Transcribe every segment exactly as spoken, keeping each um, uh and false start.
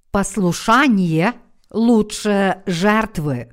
Послушание лучше жертвы.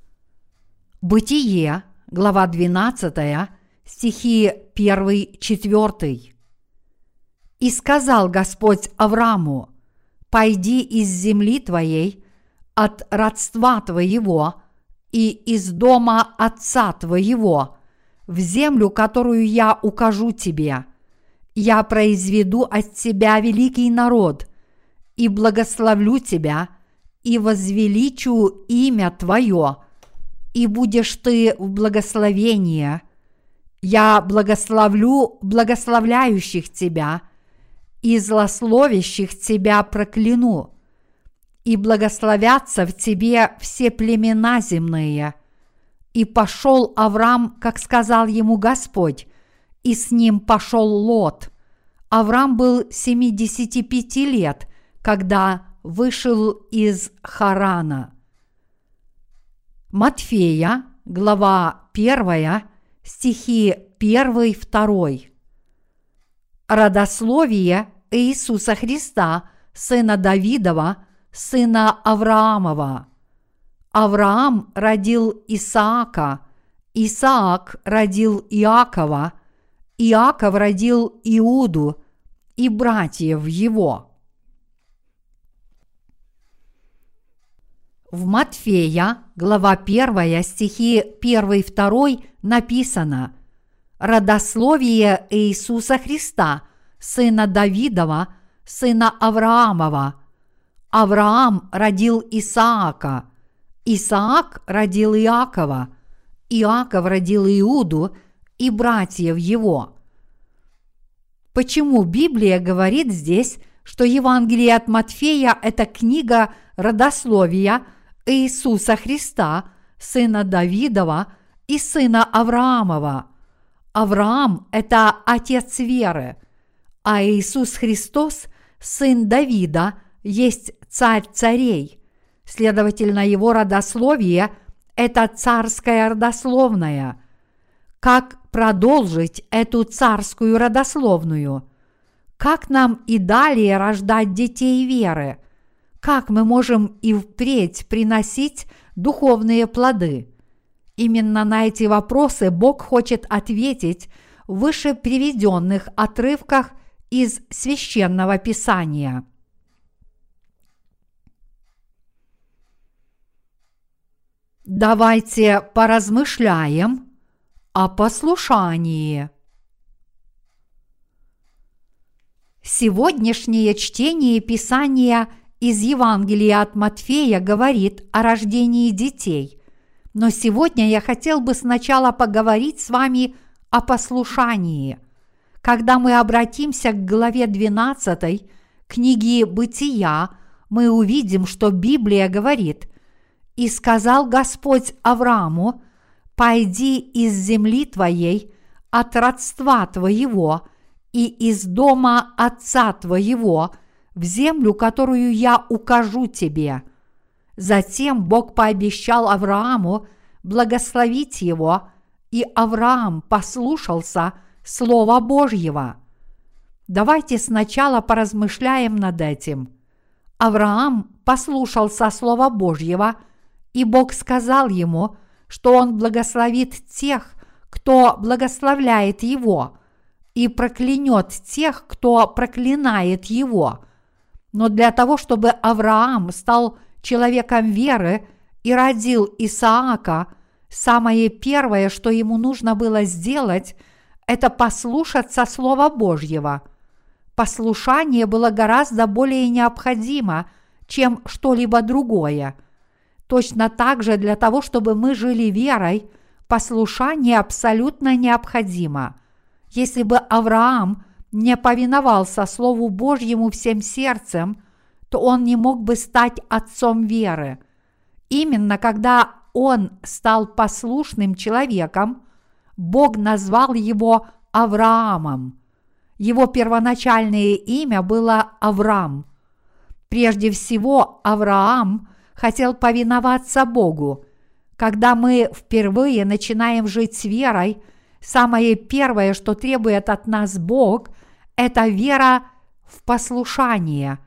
Бытие, глава двенадцатая, стихи один-четыре. «И сказал Господь Аврааму: пойди из земли твоей, от родства твоего и из дома отца твоего, в землю, которую я укажу тебе. Я произведу от тебя великий народ, и благословлю тебя, и возвеличу имя твое, и будешь ты в благословении. Я благословлю благословляющих тебя, и злословящих тебя прокляну, и благословятся в тебе все племена земные. И пошел Авраам, как сказал ему Господь, и с ним пошел Лот. Авраам был семидесяти пяти лет, когда вышел из Харана». Матфея, глава первая, стихи один-второй. Родословие Иисуса Христа, сына Давидова, сына Авраамова. Авраам родил Исаака, Исаак родил Иакова, Иаков родил Иуду и братьев его. В Матфея, глава первая, стихи один-второй написано: «Родословие Иисуса Христа, сына Давидова, сына Авраамова. Авраам родил Исаака, Исаак родил Иакова, Иаков родил Иуду и братьев его». Почему Библия говорит здесь, что Евангелие от Матфея – это книга родословия Иисуса Христа, сына Давидова и сына Авраамова? Авраам – это отец веры, а Иисус Христос, сын Давида, есть царь царей. Следовательно, его родословие – это царское родословное. Как продолжить эту царскую родословную? Как нам и далее рождать детей веры? Как мы можем и впредь приносить духовные плоды? Именно на эти вопросы Бог хочет ответить в выше приведенных отрывках из Священного Писания. Давайте поразмышляем о послушании. Сегодняшнее чтение Писания из Евангелия от Матфея говорит о рождении детей. Но сегодня я хотел бы сначала поговорить с вами о послушании. Когда мы обратимся к главе двенадцатой книги Бытия, мы увидим, что Библия говорит: «И сказал Господь Аврааму: пойди из земли твоей, от родства твоего и из дома отца твоего, в землю, которую я укажу тебе». Затем Бог пообещал Аврааму благословить его, и Авраам послушался Слова Божьего. Давайте сначала поразмышляем над этим. Авраам послушался Слова Божьего, и Бог сказал ему, что он благословит тех, кто благословляет его, и проклянет тех, кто проклинает его. Но для того, чтобы Авраам стал человеком веры и родил Исаака, самое первое, что ему нужно было сделать, это послушаться Слова Божьего. Послушание было гораздо более необходимо, чем что-либо другое. Точно так же для того, чтобы мы жили верой, послушание абсолютно необходимо. Если бы Авраам не повиновался Слову Божьему всем сердцем, то он не мог бы стать отцом веры. Именно когда он стал послушным человеком, Бог назвал его Авраамом. Его первоначальное имя было Авраам. Прежде всего, Авраам хотел повиноваться Богу. Когда мы впервые начинаем жить с верой, самое первое, что требует от нас Бог, это вера в послушание.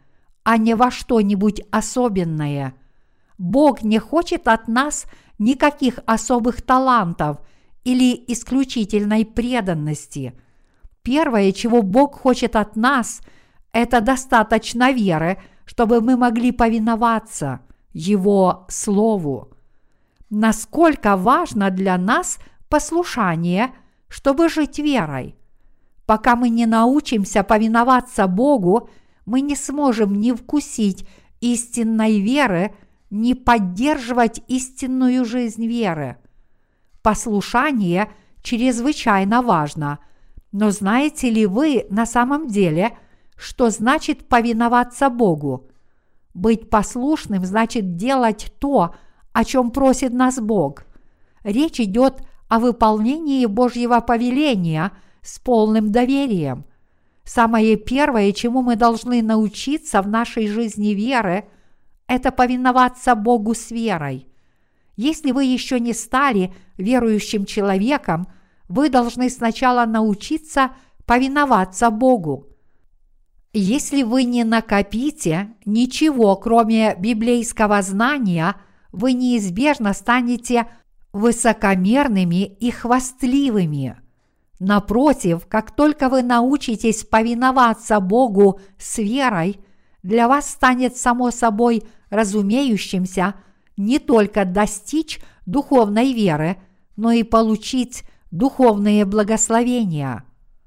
а не во что-нибудь особенное. Бог не хочет от нас никаких особых талантов или исключительной преданности. Первое, чего Бог хочет от нас, это достаточно веры, чтобы мы могли повиноваться Его Слову. Насколько важно для нас послушание, чтобы жить верой. Пока мы не научимся повиноваться Богу, мы не сможем ни вкусить истинной веры, ни поддерживать истинную жизнь веры. Послушание чрезвычайно важно, но знаете ли вы на самом деле, что значит повиноваться Богу? Быть послушным значит делать то, о чем просит нас Бог. Речь идет о выполнении Божьего повеления с полным доверием. Самое первое, чему мы должны научиться в нашей жизни веры, это повиноваться Богу с верой. Если вы еще не стали верующим человеком, вы должны сначала научиться повиноваться Богу. Если вы не накопите ничего, кроме библейского знания, вы неизбежно станете высокомерными и хвастливыми. Напротив, как только вы научитесь повиноваться Богу с верой, для вас станет само собой разумеющимся не только достичь духовной веры, но и получить духовные благословения.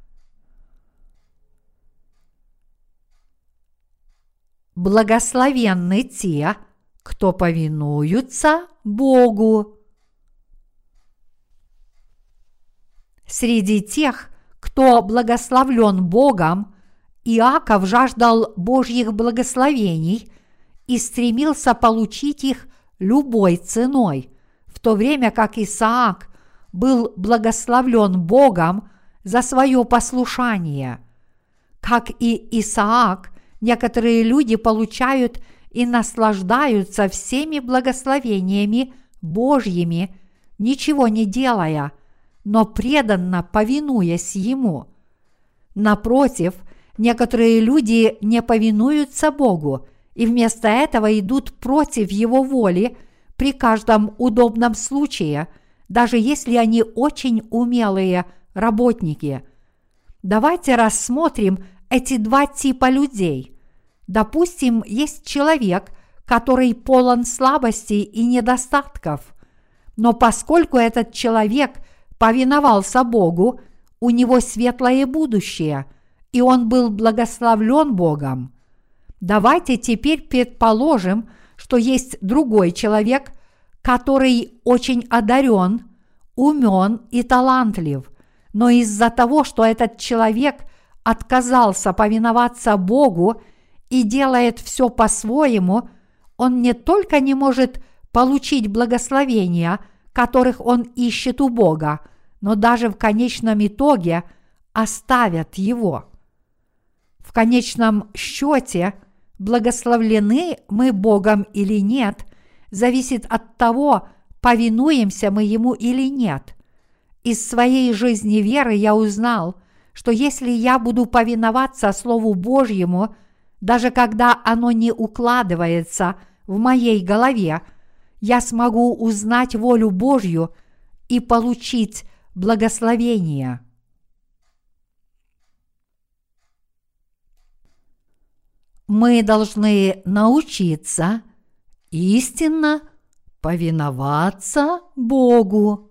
Благословенны те, кто повинуются Богу. Среди тех, кто благословлен Богом, Иаков жаждал Божьих благословений и стремился получить их любой ценой, в то время как Исаак был благословлен Богом за свое послушание. Как и Исаак, некоторые люди получают и наслаждаются всеми благословениями Божьими, ничего не делая, но преданно повинуясь Ему. Напротив, некоторые люди не повинуются Богу и вместо этого идут против Его воли при каждом удобном случае, даже если они очень умелые работники. Давайте рассмотрим эти два типа людей. Допустим, есть человек, который полон слабостей и недостатков, но поскольку этот человек повиновался Богу, у него светлое будущее, и он был благословлен Богом. Давайте теперь предположим, что есть другой человек, который очень одарен, умен и талантлив, но из-за того, что этот человек отказался повиноваться Богу и делает все по-своему, он не только не может получить благословения, которых он ищет у Бога, но даже в конечном итоге оставят его. В конечном счете, благословлены мы Богом или нет, зависит от того, повинуемся мы Ему или нет. Из своей жизни веры я узнал, что если я буду повиноваться Слову Божьему, даже когда оно не укладывается в моей голове, я смогу узнать волю Божью и получить благословение. Мы должны научиться истинно повиноваться Богу.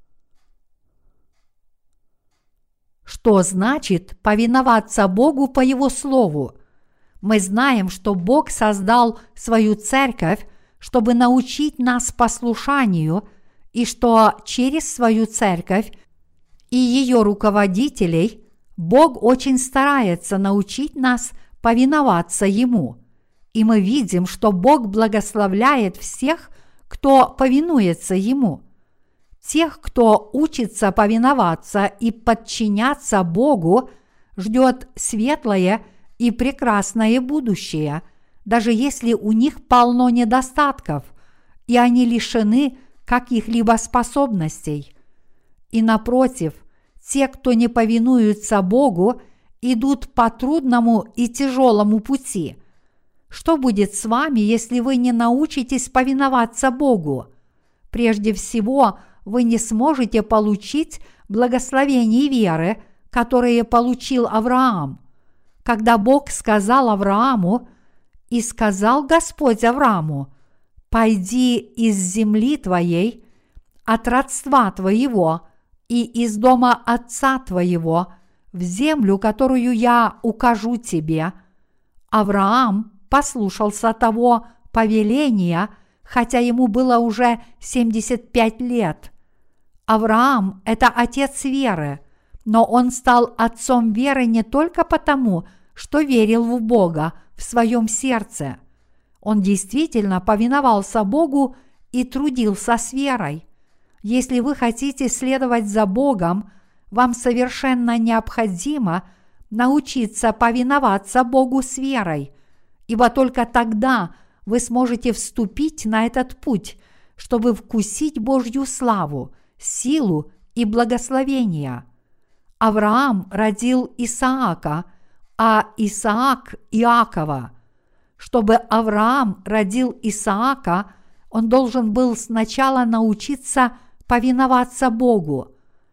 Что значит повиноваться Богу по Его Слову? Мы знаем, что Бог создал свою церковь, чтобы научить нас послушанию, и что через свою церковь и ее руководителей Бог очень старается научить нас повиноваться Ему. И мы видим, что Бог благословляет всех, кто повинуется Ему. Тех, кто учится повиноваться и подчиняться Богу, ждет светлое и прекрасное будущее, даже если у них полно недостатков, и они лишены каких-либо способностей. И напротив, те, кто не повинуются Богу, идут по трудному и тяжелому пути. Что будет с вами, если вы не научитесь повиноваться Богу? Прежде всего, вы не сможете получить благословение веры, которые получил Авраам. Когда Бог сказал Аврааму: «И сказал Господь Аврааму: пойди из земли твоей, от родства твоего и из дома отца твоего в землю, которую я укажу тебе», Авраам послушался того повеления, хотя ему было уже семьдесят пять лет. Авраам – это отец веры, но он стал отцом веры не только потому, что верил в Бога в своем сердце. Он действительно повиновался Богу и трудился с верой. Если вы хотите следовать за Богом, вам совершенно необходимо научиться повиноваться Богу с верой, ибо только тогда вы сможете вступить на этот путь, чтобы вкусить Божью славу, силу и благословение. Авраам родил Исаака, а Исаак – Иакова. Чтобы Авраам родил Исаака, он должен был сначала научиться повиноваться Богу.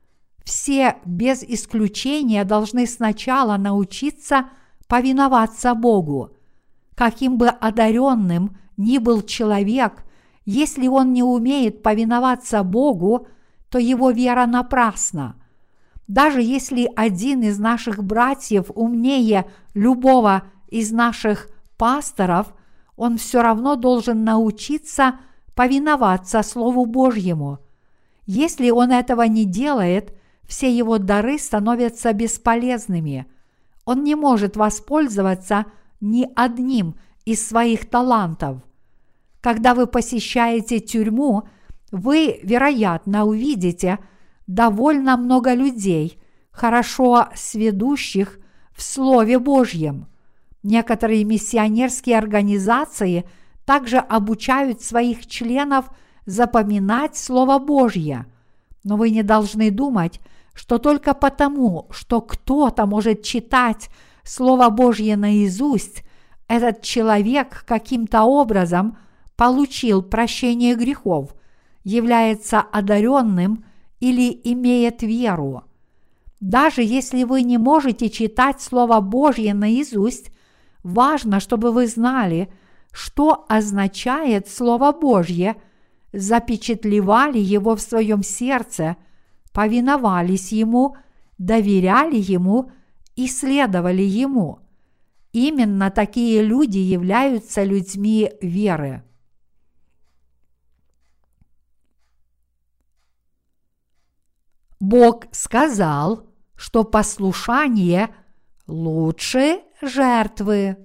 Все без исключения должны сначала научиться повиноваться Богу. Каким бы одаренным ни был человек, если он не умеет повиноваться Богу, то его вера напрасна. Даже если один из наших братьев умнее любого из наших пасторов, он все равно должен научиться повиноваться Слову Божьему. Если он этого не делает, все его дары становятся бесполезными. Он не может воспользоваться ни одним из своих талантов. Когда вы посещаете тюрьму, вы, вероятно, увидите довольно много людей, хорошо сведущих в Слове Божьем. Некоторые миссионерские организации также обучают своих членов запоминать Слово Божье. Но вы не должны думать, что только потому, что кто-то может читать Слово Божье наизусть, этот человек каким-то образом получил прощение грехов, является одаренным или имеет веру. Даже если вы не можете читать Слово Божье наизусть, важно, чтобы вы знали, что означает Слово Божье, запечатлевали его в своем сердце, повиновались ему, доверяли ему и следовали ему. Именно такие люди являются людьми веры. Бог сказал, что послушание лучше жертвы.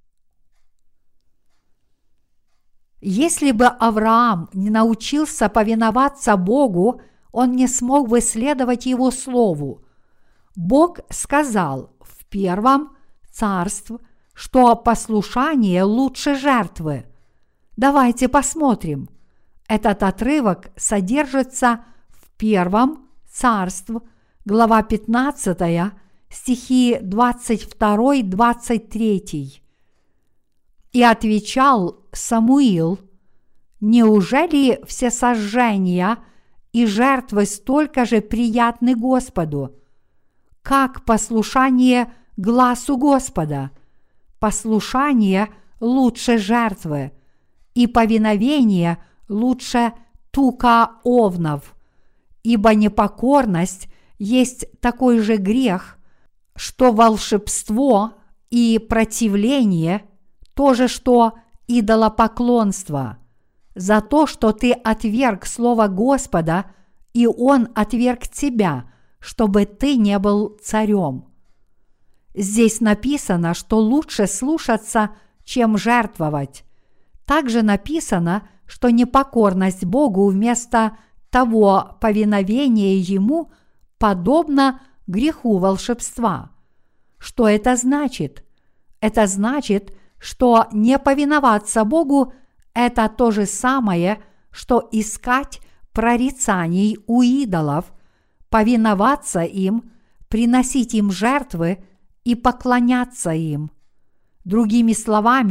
Если бы Авраам не научился повиноваться Богу, он не мог бы следовать Его Слову. Бог сказал в первом царстве, что послушание лучше жертвы. Давайте посмотрим. Этот отрывок содержится в первом царстве, глава пятнадцатая, стихи двадцать два - двадцать три. И отвечал Самуил: неужели все сожжения и жертвы столько же приятны Господу, как послушание гласу Господа? Послушание лучше жертвы, и повиновение лучше тука овнов, ибо непокорность есть такой же грех, что волшебство, и противление то же, что идолопоклонство. За то, что ты отверг слово Господа, и Он отверг тебя, чтобы ты не был царем. Здесь написано, что лучше слушаться, чем жертвовать. Также написано, что непокорность Богу вместо того повиновения Ему подобно греху волшебства. Что это значит? Это значит, что не повиноваться Богу – это то же самое, что искать прорицаний у идолов, повиноваться им, приносить им жертвы и поклоняться им. Другими словами,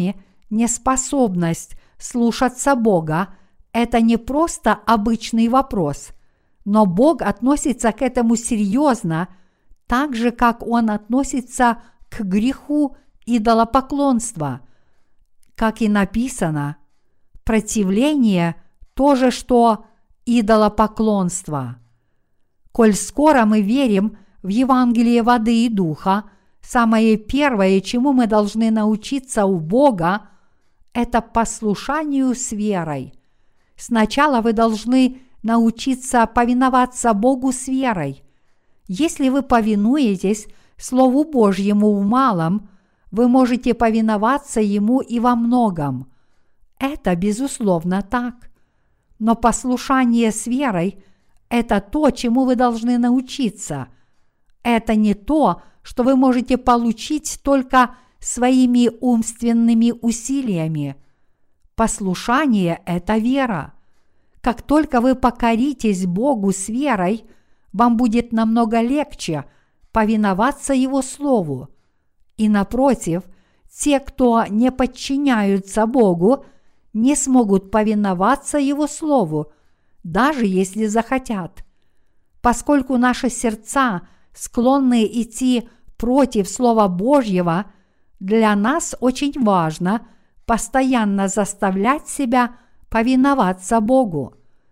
неспособность слушаться Бога – это не просто обычный вопрос, но Бог относится к этому серьезно, так же, как Он относится к греху идолопоклонства. Как и написано, противление – то же, что идолопоклонство. Коль скоро мы верим в Евангелие воды и духа, самое первое, чему мы должны научиться у Бога, это послушанию с верой. Сначала вы должны научиться повиноваться Богу с верой. Если вы повинуетесь Слову Божьему в малом, вы можете повиноваться Ему и во многом. Это, безусловно, так. Но послушание с верой – это то, чему вы должны научиться. Это не то, что вы можете получить только своими умственными усилиями. Послушание – это вера. Как только вы покоритесь Богу с верой, вам будет намного легче повиноваться Его Слову. И напротив, те, кто не подчиняются Богу, не смогут повиноваться Его Слову, даже если захотят. Поскольку наши сердца склонны идти против Слова Божьего, для нас очень важно постоянно заставлять себя повиноваться Богу.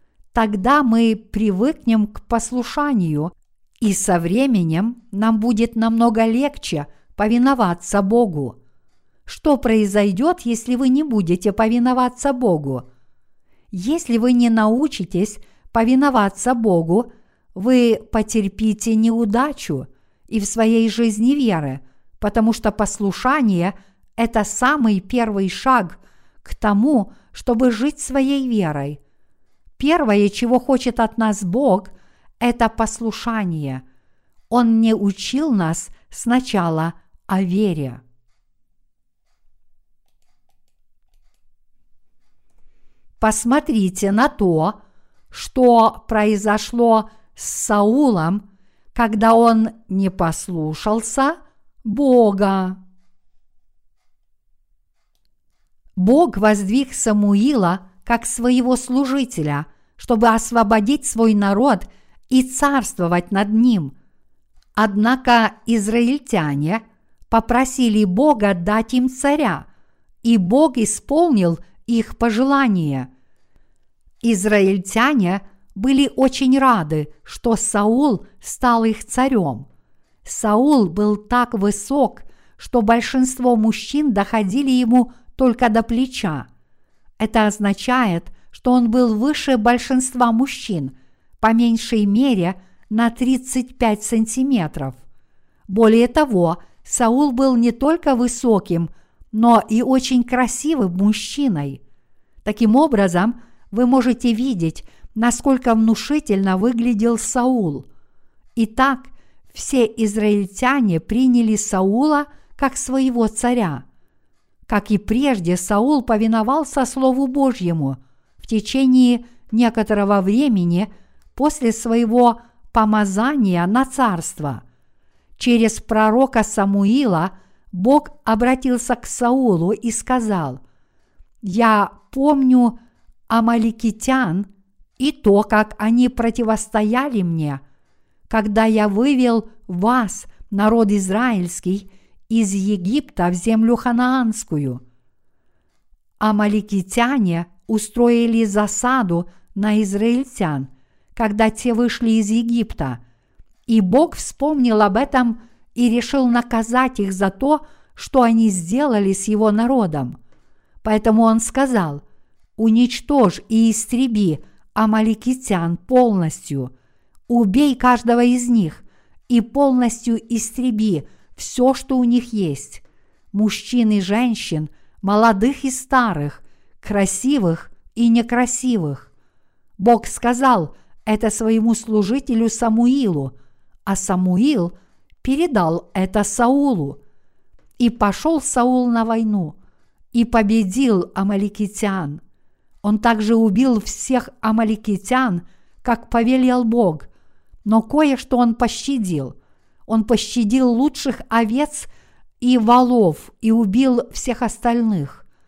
Тогда мы привыкнем к послушанию, и со временем нам будет намного легче повиноваться Богу. Что произойдет, если вы не будете повиноваться Богу? Если вы не научитесь повиноваться Богу, вы потерпите неудачу и в своей жизни веры, потому что послушание – это самый первый шаг к тому, чтобы жить своей верой. Первое, чего хочет от нас Бог, это послушание. Он не учил нас сначала о вере. Посмотрите на то, что произошло с Саулом, когда он не послушался Бога. Бог воздвиг Самуила как своего служителя, чтобы освободить свой народ и царствовать над ним. Однако израильтяне попросили Бога дать им царя, и Бог исполнил их пожелание. Израильтяне были очень рады, что Саул стал их царем. Саул был так высок, что большинство мужчин доходили ему только до плеча. Это означает, что он был выше большинства мужчин, по меньшей мере на тридцать пять сантиметров. Более того, Саул был не только высоким, но и очень красивым мужчиной. Таким образом, вы можете видеть, насколько внушительно выглядел Саул. Итак, все израильтяне приняли Саула как своего царя. Как и прежде, Саул повиновался Слову Божьему в течение некоторого времени после своего помазания на царство. Через пророка Самуила Бог обратился к Саулу и сказал: «Я помню амаликитян и то, как они противостояли мне, когда я вывел вас, народ израильский, из Египта в землю ханаанскую». Амаликитяне устроили засаду на израильтян, когда те вышли из Египта, и Бог вспомнил об этом и решил наказать их за то, что они сделали с его народом. Поэтому он сказал: «Уничтожь и истреби амаликитян полностью, убей каждого из них и полностью истреби все, что у них есть, мужчин и женщин, молодых и старых, красивых и некрасивых». Бог сказал это своему служителю Самуилу, а Самуил передал это Саулу. И пошел Саул на войну и победил амаликитян. Он также убил всех амаликитян, как повелел Бог, но кое-что он пощадил. Он пощадил лучших овец и волов и убил всех остальных.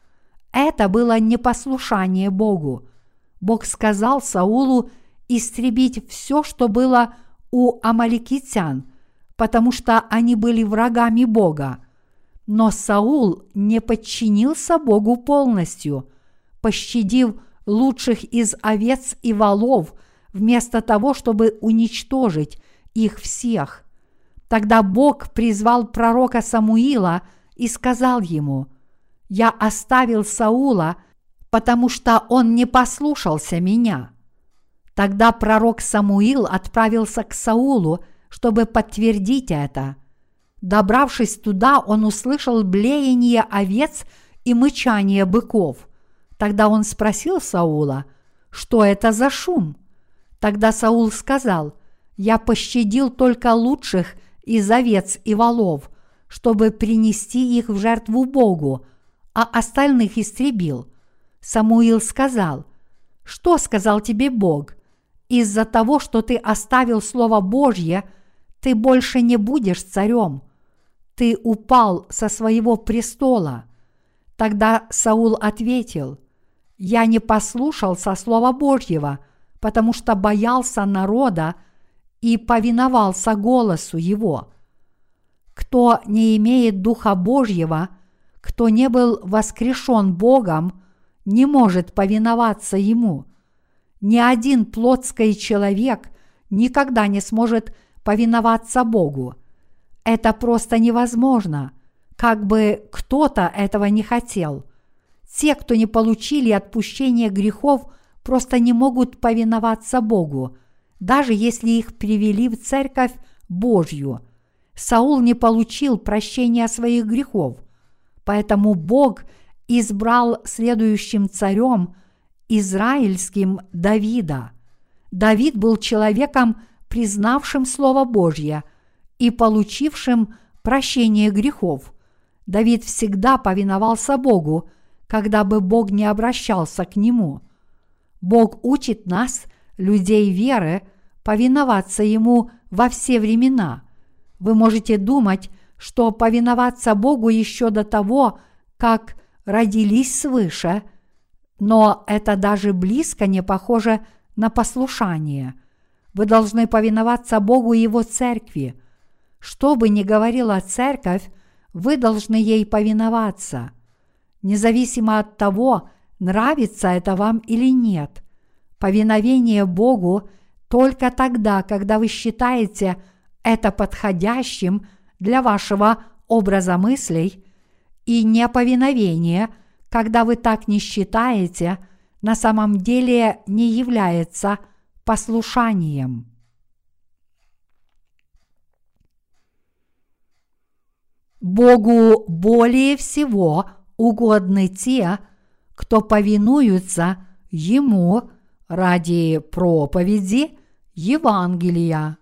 Это было непослушание Богу. Бог сказал Саулу истребить все, что было у амаликитян, потому что они были врагами Бога. Но Саул не подчинился Богу полностью, пощадив лучших из овец и волов, вместо того, чтобы уничтожить их всех. Тогда Бог призвал пророка Самуила и сказал ему: «Я оставил Саула, потому что он не послушался меня». Тогда пророк Самуил отправился к Саулу, чтобы подтвердить это. Добравшись туда, он услышал блеяние овец и мычание быков. Тогда он спросил Саула: «Что это за шум?» Тогда Саул сказал: «Я пощадил только лучших из овец и волов, чтобы принести их в жертву Богу, а остальных истребил». Самуил сказал: «Что сказал тебе Бог? Из-за того, что ты оставил Слово Божье, ты больше не будешь царем. Ты упал со своего престола». Тогда Саул ответил: «Я не послушался Слова Божьего, потому что боялся народа и повиновался голосу его. Кто не имеет Духа Божьего, кто не был воскрешен Богом, не может повиноваться Ему. Ни один плотский человек никогда не сможет повиноваться Богу. Это просто невозможно, как бы кто-то этого не хотел. Те, кто не получили отпущение грехов, просто не могут повиноваться Богу, даже если их привели в церковь Божью. Саул не получил прощения своих грехов, поэтому Бог избрал следующим царем израильским Давида. Давид был человеком, признавшим Слово Божье и получившим прощение грехов. Давид всегда повиновался Богу, когда бы Бог не обращался к нему. Бог учит нас, людей веры, повиноваться Ему во все времена. Вы можете думать, что повиноваться Богу еще до того, как родились свыше, но это даже близко не похоже на послушание. Вы должны повиноваться Богу и Его церкви. Что бы ни говорила церковь, вы должны ей повиноваться. Независимо от того, нравится это вам или нет. Повиновение Богу только тогда, когда вы считаете это подходящим для вашего образа мыслей, и неповиновение, когда вы так не считаете, на самом деле не является послушанием. Богу более всего угодны те, кто повинуются Ему ради проповеди Евангелия.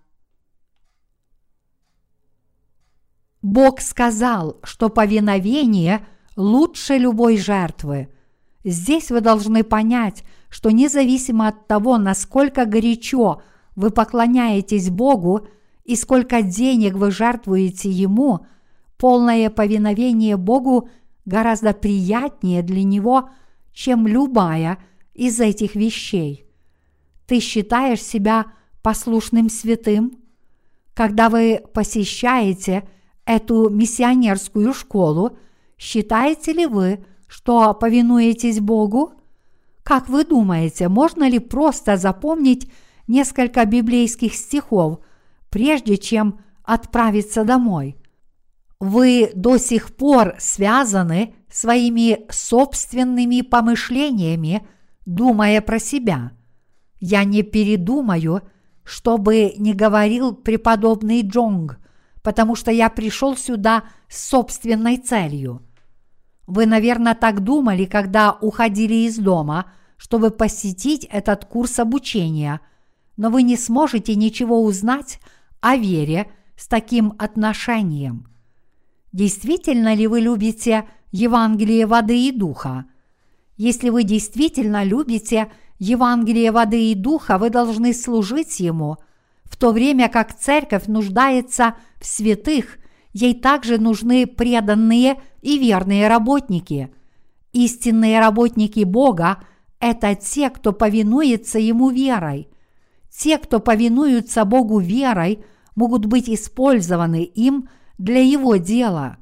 Бог сказал, что повиновение лучше любой жертвы. Здесь вы должны понять, что независимо от того, насколько горячо вы поклоняетесь Богу и сколько денег вы жертвуете Ему, полное повиновение Богу гораздо приятнее для Него, чем любая из этих вещей. Ты считаешь себя послушным святым? Когда вы посещаете эту миссионерскую школу, считаете ли вы, что повинуетесь Богу? Как вы думаете, можно ли просто запомнить несколько библейских стихов, прежде чем отправиться домой? Вы до сих пор связаны своими собственными помышлениями, думая про себя. Я не передумаю, что бы ни говорил преподобный Джонг, потому что я пришел сюда с собственной целью. Вы, наверное, так думали, когда уходили из дома, чтобы посетить этот курс обучения, но вы не сможете ничего узнать о вере с таким отношением. Действительно ли вы любите Евангелие воды и духа? Если вы действительно любите Евангелие воды и духа, вы должны служить ему, в то время как церковь нуждается в святых, ей также нужны преданные и верные работники. Истинные работники Бога – это те, кто повинуется Ему верой. Те, кто повинуются Богу верой, могут быть использованы им для Его дела.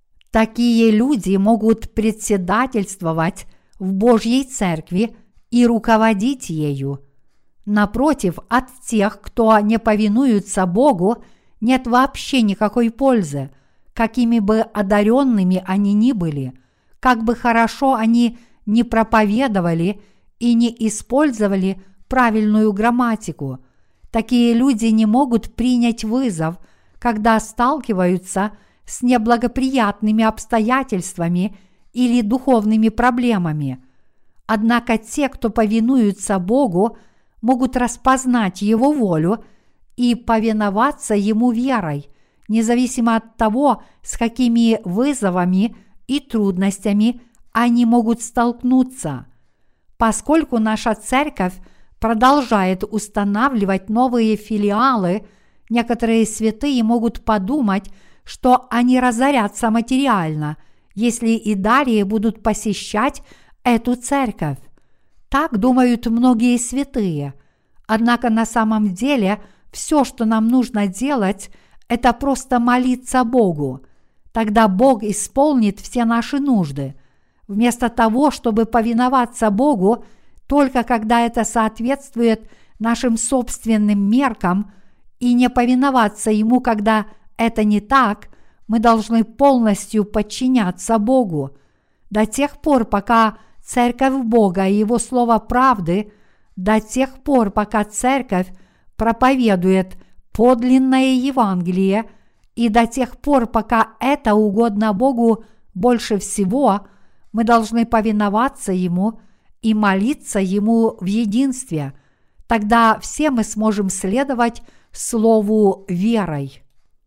Такие люди могут председательствовать в Божьей Церкви и руководить ею. Напротив, от тех, кто не повинуются Богу, нет вообще никакой пользы, какими бы одаренными они ни были, как бы хорошо они не проповедовали и не использовали правильную грамматику. Такие люди не могут принять вызов, когда сталкиваются с неблагоприятными обстоятельствами или духовными проблемами. Однако те, кто повинуются Богу, могут распознать Его волю и повиноваться Ему верой, независимо от того, с какими вызовами и трудностями они могут столкнуться. Поскольку наша церковь продолжает устанавливать новые филиалы, некоторые святые могут подумать, что они разорятся материально, если и далее будут посещать эту церковь. Так думают многие святые. Однако на самом деле все, что нам нужно делать, это просто молиться Богу. Тогда Бог исполнит все наши нужды. Вместо того, чтобы повиноваться Богу, только когда это соответствует нашим собственным меркам, и не повиноваться Ему, когда это не так, мы должны полностью подчиняться Богу. До тех пор, пока Церковь Бога и Его Слово правды, до тех пор, пока Церковь проповедует подлинное Евангелие, и до тех пор, пока это угодно Богу больше всего, мы должны повиноваться Ему и молиться Ему в единстве. Тогда все мы сможем следовать Слову верой.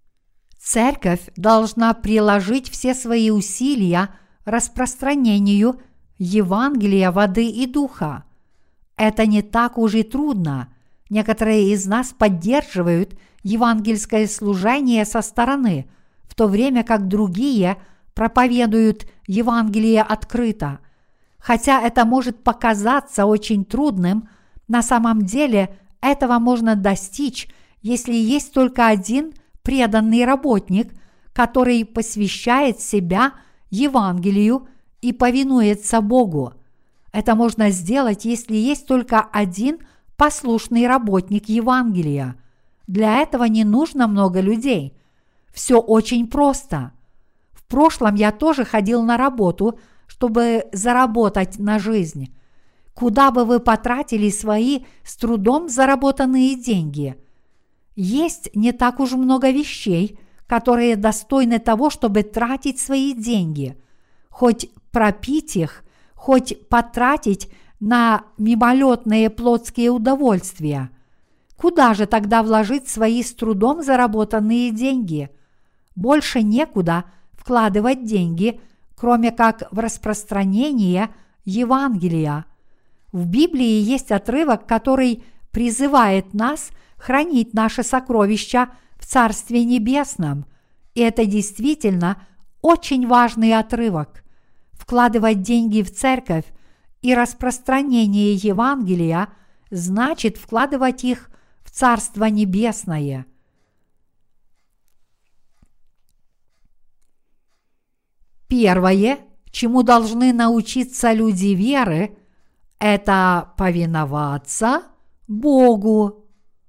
Церковь должна приложить все свои усилия распространению Евангелия воды и духа. Это не так уж и трудно. Некоторые из нас поддерживают евангельское служение со стороны, в то время как другие проповедуют Евангелие открыто. Хотя это может показаться очень трудным, на самом деле этого можно достичь, если есть только один преданный работник, который посвящает себя Евангелию и повинуется Богу. Это можно сделать, если есть только один послушный работник Евангелия. Для этого не нужно много людей. Все очень просто. В прошлом я тоже ходил на работу, чтобы заработать на жизнь. Куда бы вы потратили свои с трудом заработанные деньги? Есть не так уж много вещей, которые достойны того, чтобы тратить свои деньги. Хоть пропить их, хоть потратить на мимолетные плотские удовольствия. Куда же тогда вложить свои с трудом заработанные деньги? Больше некуда вкладывать деньги, кроме как в распространение Евангелия. В Библии есть отрывок, который призывает нас хранить наши сокровища в Царстве Небесном. И это действительно очень важный отрывок. Вкладывать деньги в церковь и распространение Евангелия значит вкладывать их в Царство Небесное. Первое, чему должны научиться люди веры, это повиноваться Богу.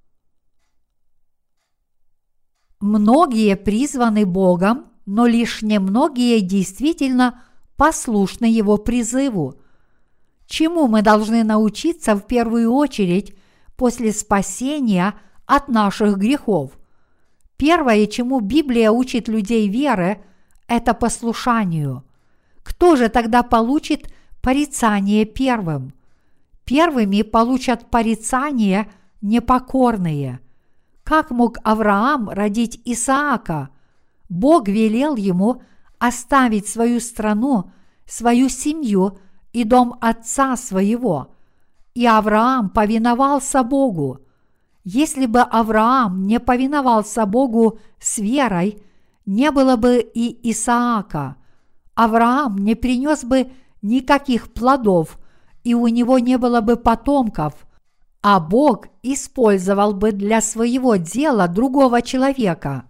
Многие призваны Богом, но лишь немногие действительно послушны Его призыву. Чему мы должны научиться в первую очередь после спасения от наших грехов? Первое, чему Библия учит людей веры, это послушанию. Кто же тогда получит порицание первым? Первыми получат порицание непокорные. Как мог Авраам родить Исаака? Бог велел ему оставить свою страну, свою семью и дом отца своего. И Авраам повиновался Богу. Если бы Авраам не повиновался Богу с верой, не было бы и Исаака. Авраам не принес бы никаких плодов, и у него не было бы потомков, а Бог использовал бы для своего дела другого человека.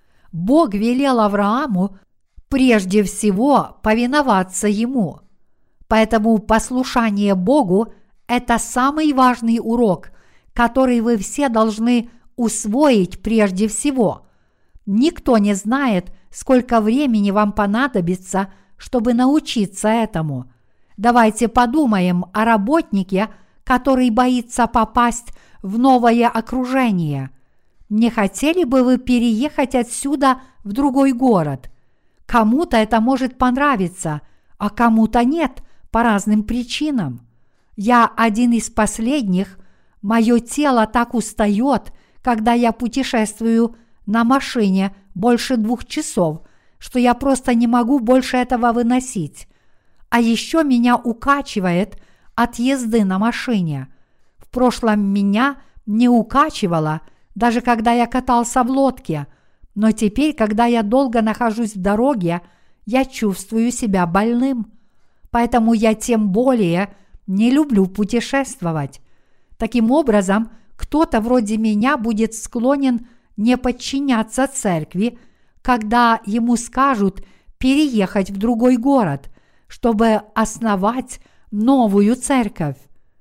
Бог велел Аврааму прежде всего повиноваться ему. Поэтому послушание Богу – это самый важный урок, который вы все должны усвоить прежде всего. Никто не знает, сколько времени вам понадобится, чтобы научиться этому. Давайте подумаем о работнике, который боится попасть в новое окружение. Не хотели бы вы переехать отсюда в другой город? Кому-то это может понравиться, а кому-то нет по разным причинам. Я один из последних, мое тело так устает, когда я путешествую на машине больше двух часов, что я просто не могу больше этого выносить. А еще меня укачивает от езды на машине. В прошлом меня не укачивало, даже когда я катался в лодке, но теперь, когда я долго нахожусь в дороге, я чувствую себя больным. Поэтому я тем более не люблю путешествовать. Таким образом, кто-то вроде меня будет склонен не подчиняться церкви, когда ему скажут переехать в другой город, чтобы основать новую церковь.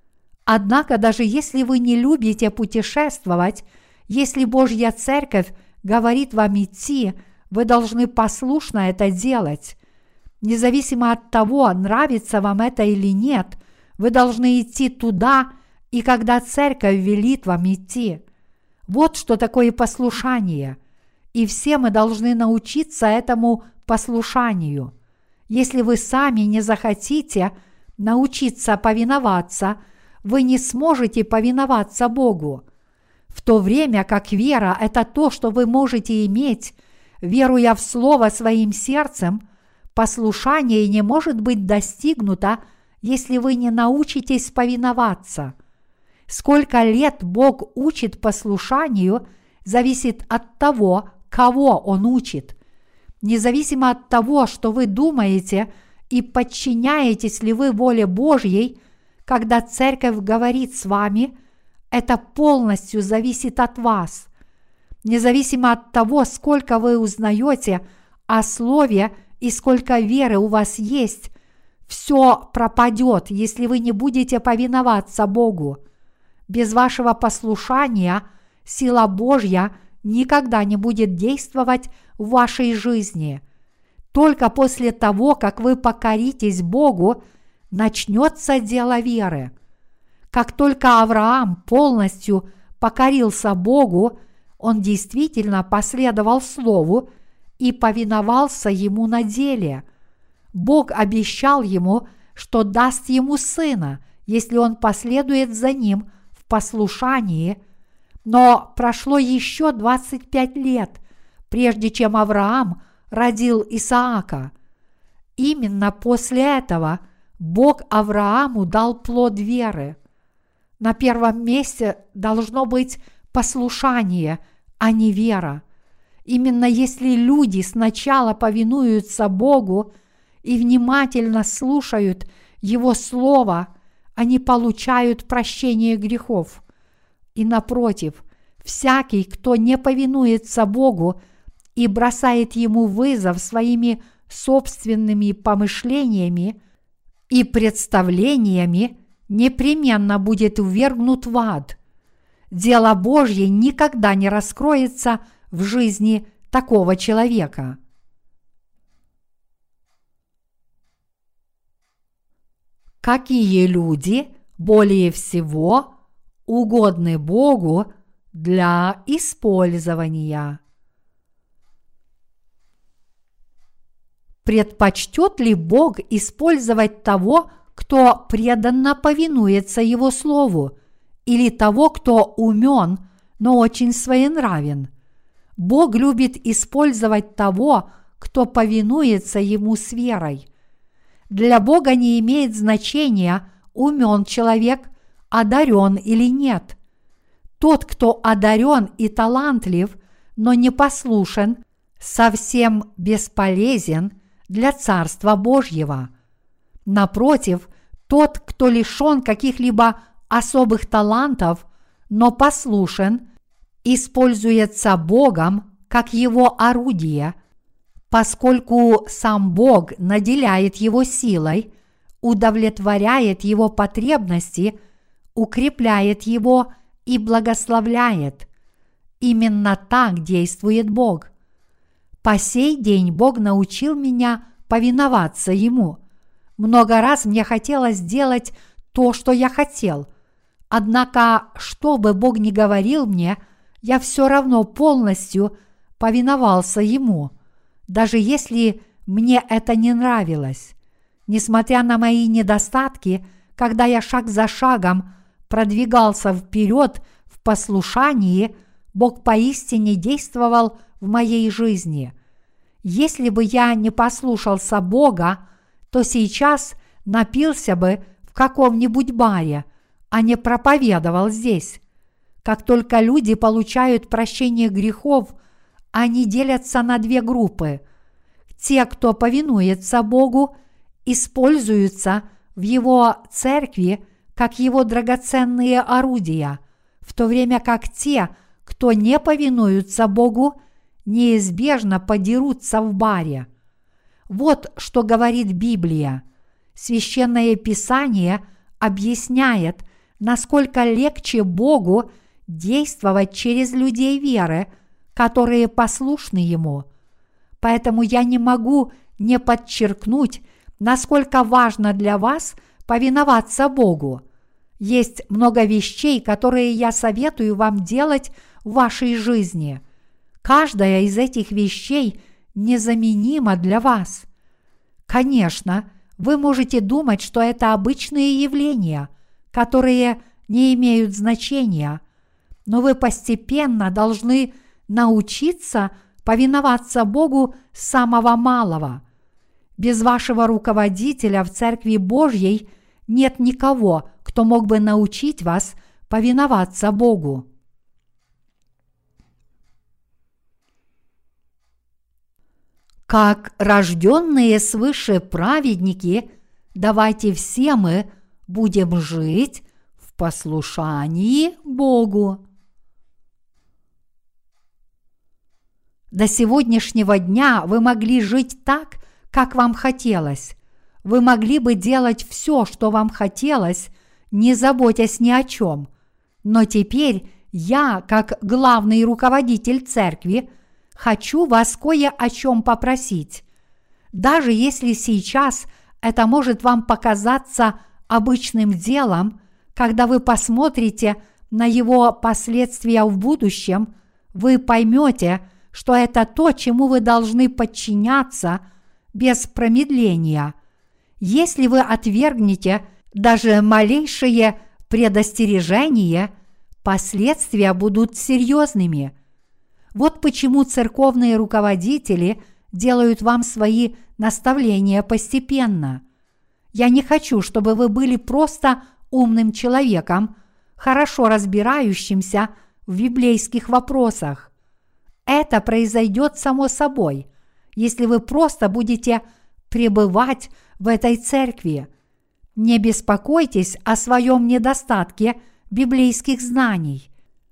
Однако, даже если вы не любите путешествовать, если Божья церковь говорит вам идти, вы должны послушно это делать. Независимо от того, нравится вам это или нет, вы должны идти туда, и когда церковь велит вам идти. Вот что такое послушание. И все мы должны научиться этому послушанию. Если вы сами не захотите научиться повиноваться, вы не сможете повиноваться Богу. В то время как вера – это то, что вы можете иметь, веруя в Слово своим сердцем, послушание не может быть достигнуто, если вы не научитесь повиноваться. Сколько лет Бог учит послушанию, зависит от того, кого Он учит. Независимо от того, что вы думаете и подчиняетесь ли вы воле Божьей, когда церковь говорит с вами, это полностью зависит от вас. Независимо от того, сколько вы узнаете о Слове и сколько веры у вас есть, все пропадет, если вы не будете повиноваться Богу. Без вашего послушания сила Божья никогда не будет действовать в вашей жизни. Только после того, как вы покоритесь Богу, начнется дело веры. Как только Авраам полностью покорился Богу, он действительно последовал Слову и повиновался Ему на деле. Бог обещал ему, что даст ему сына, если он последует за ним в послушании, но прошло еще двадцать пять лет, прежде чем Авраам родил Исаака. Именно после этого Бог Аврааму дал плод веры. На первом месте должно быть послушание, а не вера. Именно если люди сначала повинуются Богу и внимательно слушают Его Слово, они получают прощение грехов. И напротив, всякий, кто не повинуется Богу и бросает Ему вызов своими собственными помышлениями и представлениями, непременно будет ввергнут в ад. Дело Божье никогда не раскроется в жизни такого человека. Какие люди более всего угодны Богу для использования? Предпочтет ли Бог использовать того, кто преданно повинуется Его Слову, или того, кто умен, но очень своенравен? Бог любит использовать того, кто повинуется Ему с верой. Для Бога не имеет значения, умен человек, одарен или нет. Тот, кто одарен и талантлив, но не послушен, совсем бесполезен для Царства Божьего. Напротив, тот, кто лишен каких-либо особых талантов, но послушен, используется Богом как его орудие, поскольку сам Бог наделяет его силой, удовлетворяет его потребности, укрепляет его и благословляет. Именно так действует Бог. По сей день Бог научил меня повиноваться Ему. Много раз мне хотелось сделать то, что я хотел. Однако, что бы Бог ни говорил мне, я все равно полностью повиновался Ему, даже если мне это не нравилось. Несмотря на мои недостатки, когда я шаг за шагом продвигался вперед в послушании, Бог поистине действовал в моей жизни. Если бы я не послушался Бога, то сейчас напился бы в каком-нибудь баре, а не проповедовал здесь. Как только люди получают прощение грехов, они делятся на две группы. Те, кто повинуется Богу, используются в Его церкви как Его драгоценные орудия, в то время как те, кто не повинуются Богу, неизбежно подерутся в баре. Вот что говорит Библия. Священное Писание объясняет, насколько легче Богу действовать через людей веры, которые послушны Ему. Поэтому я не могу не подчеркнуть, насколько важно для вас повиноваться Богу. Есть много вещей, которые я советую вам делать в вашей жизни. Каждая из этих вещей незаменима для вас. Конечно, вы можете думать, что это обычные явления, которые не имеют значения, но вы постепенно должны научиться повиноваться Богу с самого малого. Без вашего руководителя в Церкви Божьей нет никого, кто мог бы научить вас повиноваться Богу. Как рожденные свыше праведники, давайте все мы будем жить в послушании Богу. До сегодняшнего дня вы могли жить так, как вам хотелось. Вы могли бы делать все, что вам хотелось, не заботясь ни о чем. Но теперь я, как главный руководитель церкви, хочу вас кое о чем попросить. Даже если сейчас это может вам показаться обычным делом, когда вы посмотрите на его последствия в будущем, вы поймете, что это то, чему вы должны подчиняться без промедления. Если вы отвергнете даже малейшее предостережение, последствия будут серьезными. Вот почему церковные руководители делают вам свои наставления постепенно. Я не хочу, чтобы вы были просто умным человеком, хорошо разбирающимся в библейских вопросах. Это произойдет само собой, если вы просто будете пребывать в этой церкви. Не беспокойтесь о своем недостатке библейских знаний.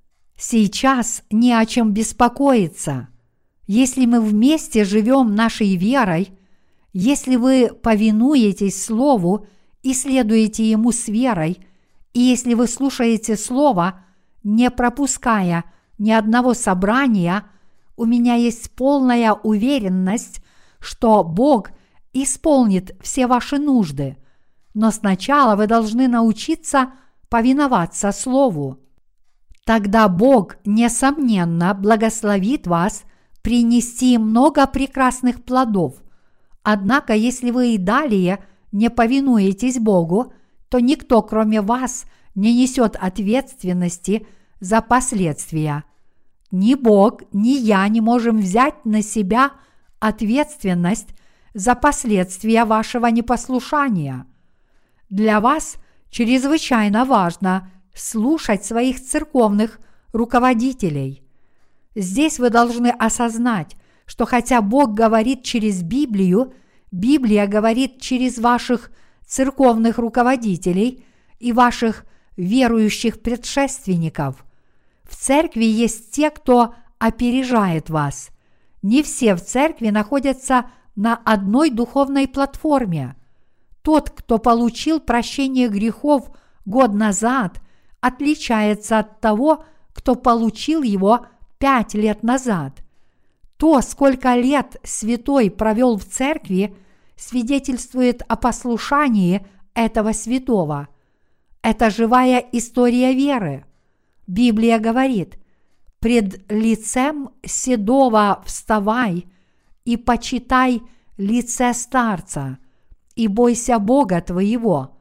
Сейчас не о чем беспокоиться. Если мы вместе живем нашей верой, если вы повинуетесь Слову и следуете Ему с верой, и если вы слушаете Слово, не пропуская ни одного собрания, у меня есть полная уверенность, что Бог исполнит все ваши нужды. Но сначала вы должны научиться повиноваться Слову. Тогда Бог, несомненно, благословит вас принести много прекрасных плодов. Однако, если вы и далее не повинуетесь Богу, то никто, кроме вас, не несет ответственности за последствия. Ни Бог, ни я не можем взять на себя ответственность за последствия вашего непослушания. Для вас чрезвычайно важно слушать своих церковных руководителей. Здесь вы должны осознать, что хотя Бог говорит через Библию, Библия говорит через ваших церковных руководителей и ваших верующих предшественников. В церкви есть те, кто опережает вас. Не все в церкви находятся на одной духовной платформе. Тот, кто получил прощение грехов год назад, отличается от того, кто получил его пять лет назад. То, сколько лет святой провел в церкви, свидетельствует о послушании этого святого. Это живая история веры. Библия говорит: «Пред лицем седого вставай и почитай лице старца, и бойся Бога твоего.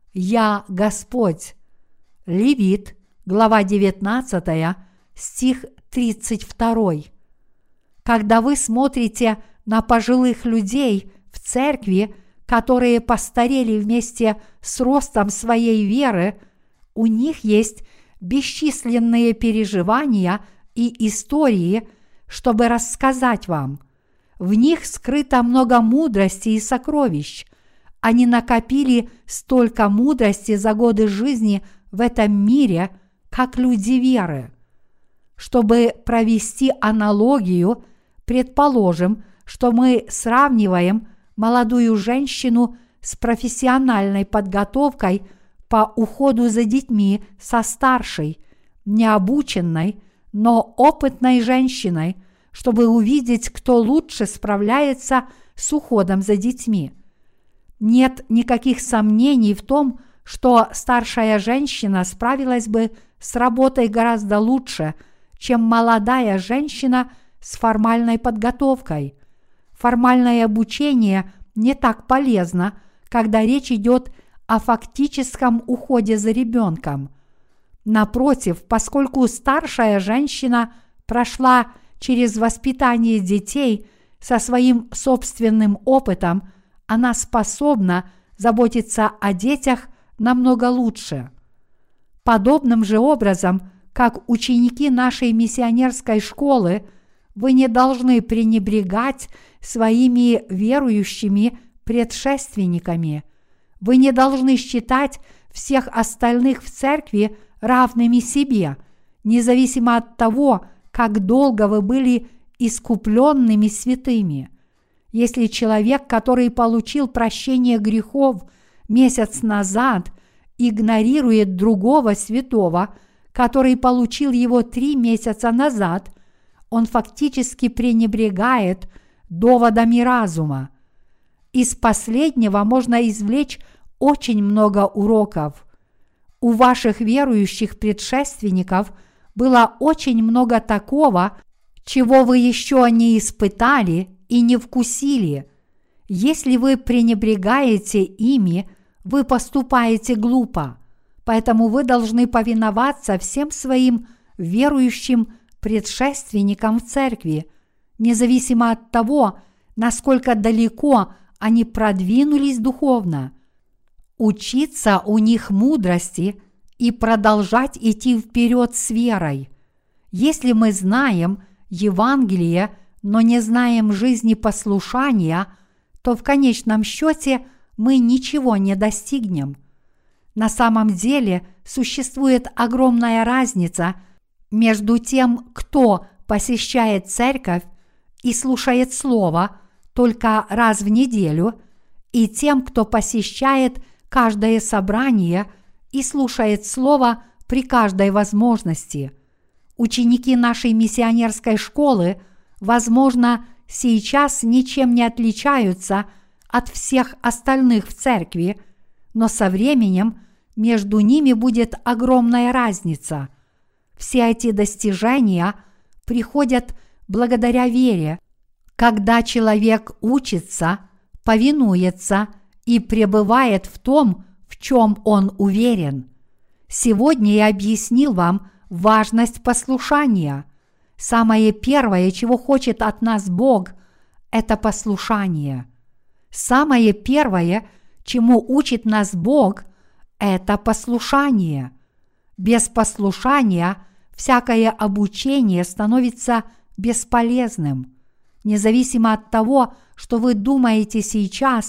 Я Господь». Левит, глава девятнадцатая, стих тридцать два. Когда вы смотрите на пожилых людей в церкви, которые постарели вместе с ростом своей веры, у них есть бесчисленные переживания и истории, чтобы рассказать вам. В них скрыто много мудрости и сокровищ. Они накопили столько мудрости за годы жизни в этом мире, как люди веры. Чтобы провести аналогию, предположим, что мы сравниваем молодую женщину с профессиональной подготовкой по уходу за детьми со старшей, необученной, но опытной женщиной, чтобы увидеть, кто лучше справляется с уходом за детьми. Нет никаких сомнений в том, что старшая женщина справилась бы с работой гораздо лучше, чем молодая женщина с формальной подготовкой. Формальное обучение не так полезно, когда речь идет о фактическом уходе за ребенком. Напротив, поскольку старшая женщина прошла через воспитание детей со своим собственным опытом, она способна заботиться о детях намного лучше. Подобным же образом, как ученики нашей миссионерской школы, вы не должны пренебрегать своими верующими предшественниками. Вы не должны считать всех остальных в церкви равными себе, независимо от того, как долго вы были искупленными святыми. Если человек, который получил прощение грехов месяц назад, игнорирует другого святого, который получил его три месяца назад, он фактически пренебрегает доводами разума. Из последнего можно извлечь очень много уроков. У ваших верующих предшественников было очень много такого, чего вы еще не испытали и не вкусили. Если вы пренебрегаете ими, вы поступаете глупо. Поэтому вы должны повиноваться всем своим верующим предшественникам в церкви, независимо от того, насколько далеко они продвинулись духовно. Учиться у них мудрости и продолжать идти вперед с верой. Если мы знаем Евангелие, но не знаем жизни послушания, то в конечном счете мы ничего не достигнем. На самом деле существует огромная разница между тем, кто посещает церковь и слушает Слово только раз в неделю, и тем, кто посещает каждое собрание и слушает Слово при каждой возможности. Ученики нашей миссионерской школы, возможно, сейчас ничем не отличаются от всех остальных в церкви, но со временем между ними будет огромная разница. Все эти достижения приходят благодаря вере, когда человек учится, повинуется и пребывает в том, в чем он уверен. Сегодня я объяснил вам важность послушания. Самое первое, чего хочет от нас Бог, это послушание. Самое первое, чему учит нас Бог, это послушание. Без послушания всякое обучение становится бесполезным. Независимо от того, что вы думаете сейчас,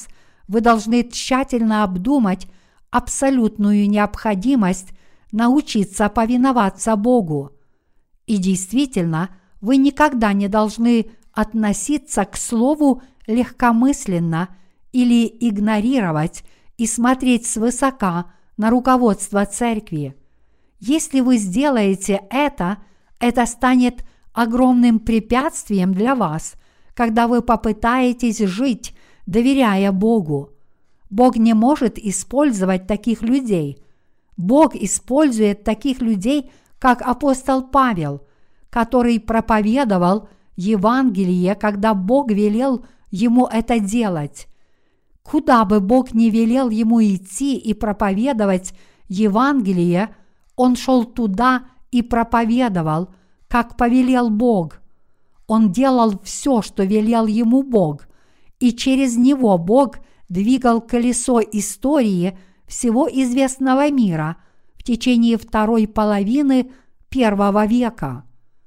вы должны тщательно обдумать абсолютную необходимость научиться повиноваться Богу. И действительно, вы никогда не должны относиться к слову легкомысленно или игнорировать и смотреть свысока на руководство церкви. Если вы сделаете это, это станет огромным препятствием для вас, когда вы попытаетесь жить, доверяя Богу. Бог не может использовать таких людей. Бог использует таких людей, как апостол Павел, который проповедовал Евангелие, когда Бог велел ему это делать. Куда бы Бог ни велел ему идти и проповедовать Евангелие, он шел туда и проповедовал, как повелел Бог. Он делал все, что велел ему Бог, и через него Бог двигал колесо истории всего известного мира в течение второй половины первого века.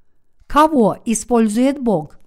Кого использует Бог?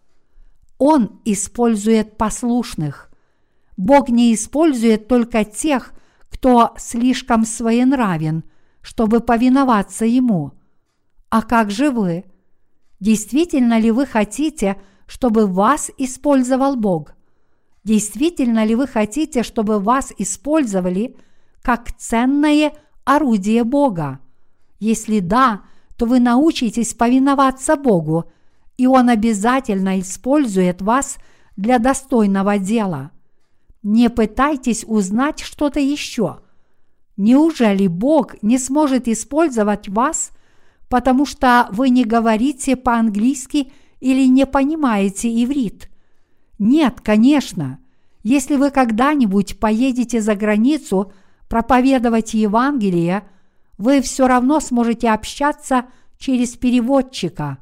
Он использует послушных. Бог не использует только тех, кто слишком своенравен, чтобы повиноваться Ему. А как же вы? Действительно ли вы хотите, чтобы вас использовал Бог? Действительно ли вы хотите, чтобы вас использовали как ценное орудие Бога? Если да, то вы научитесь повиноваться Богу, и Он обязательно использует вас для достойного дела. Не пытайтесь узнать что-то еще. Неужели Бог не сможет использовать вас, потому что вы не говорите по-английски или не понимаете иврит? Нет, конечно. Если вы когда-нибудь поедете за границу проповедовать Евангелие, вы все равно сможете общаться через переводчика.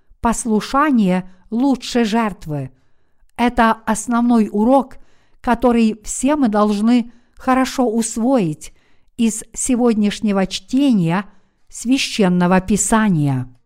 Послушание лучше жертвы. Это основной урок, который все мы должны хорошо усвоить из сегодняшнего чтения Священного Писания.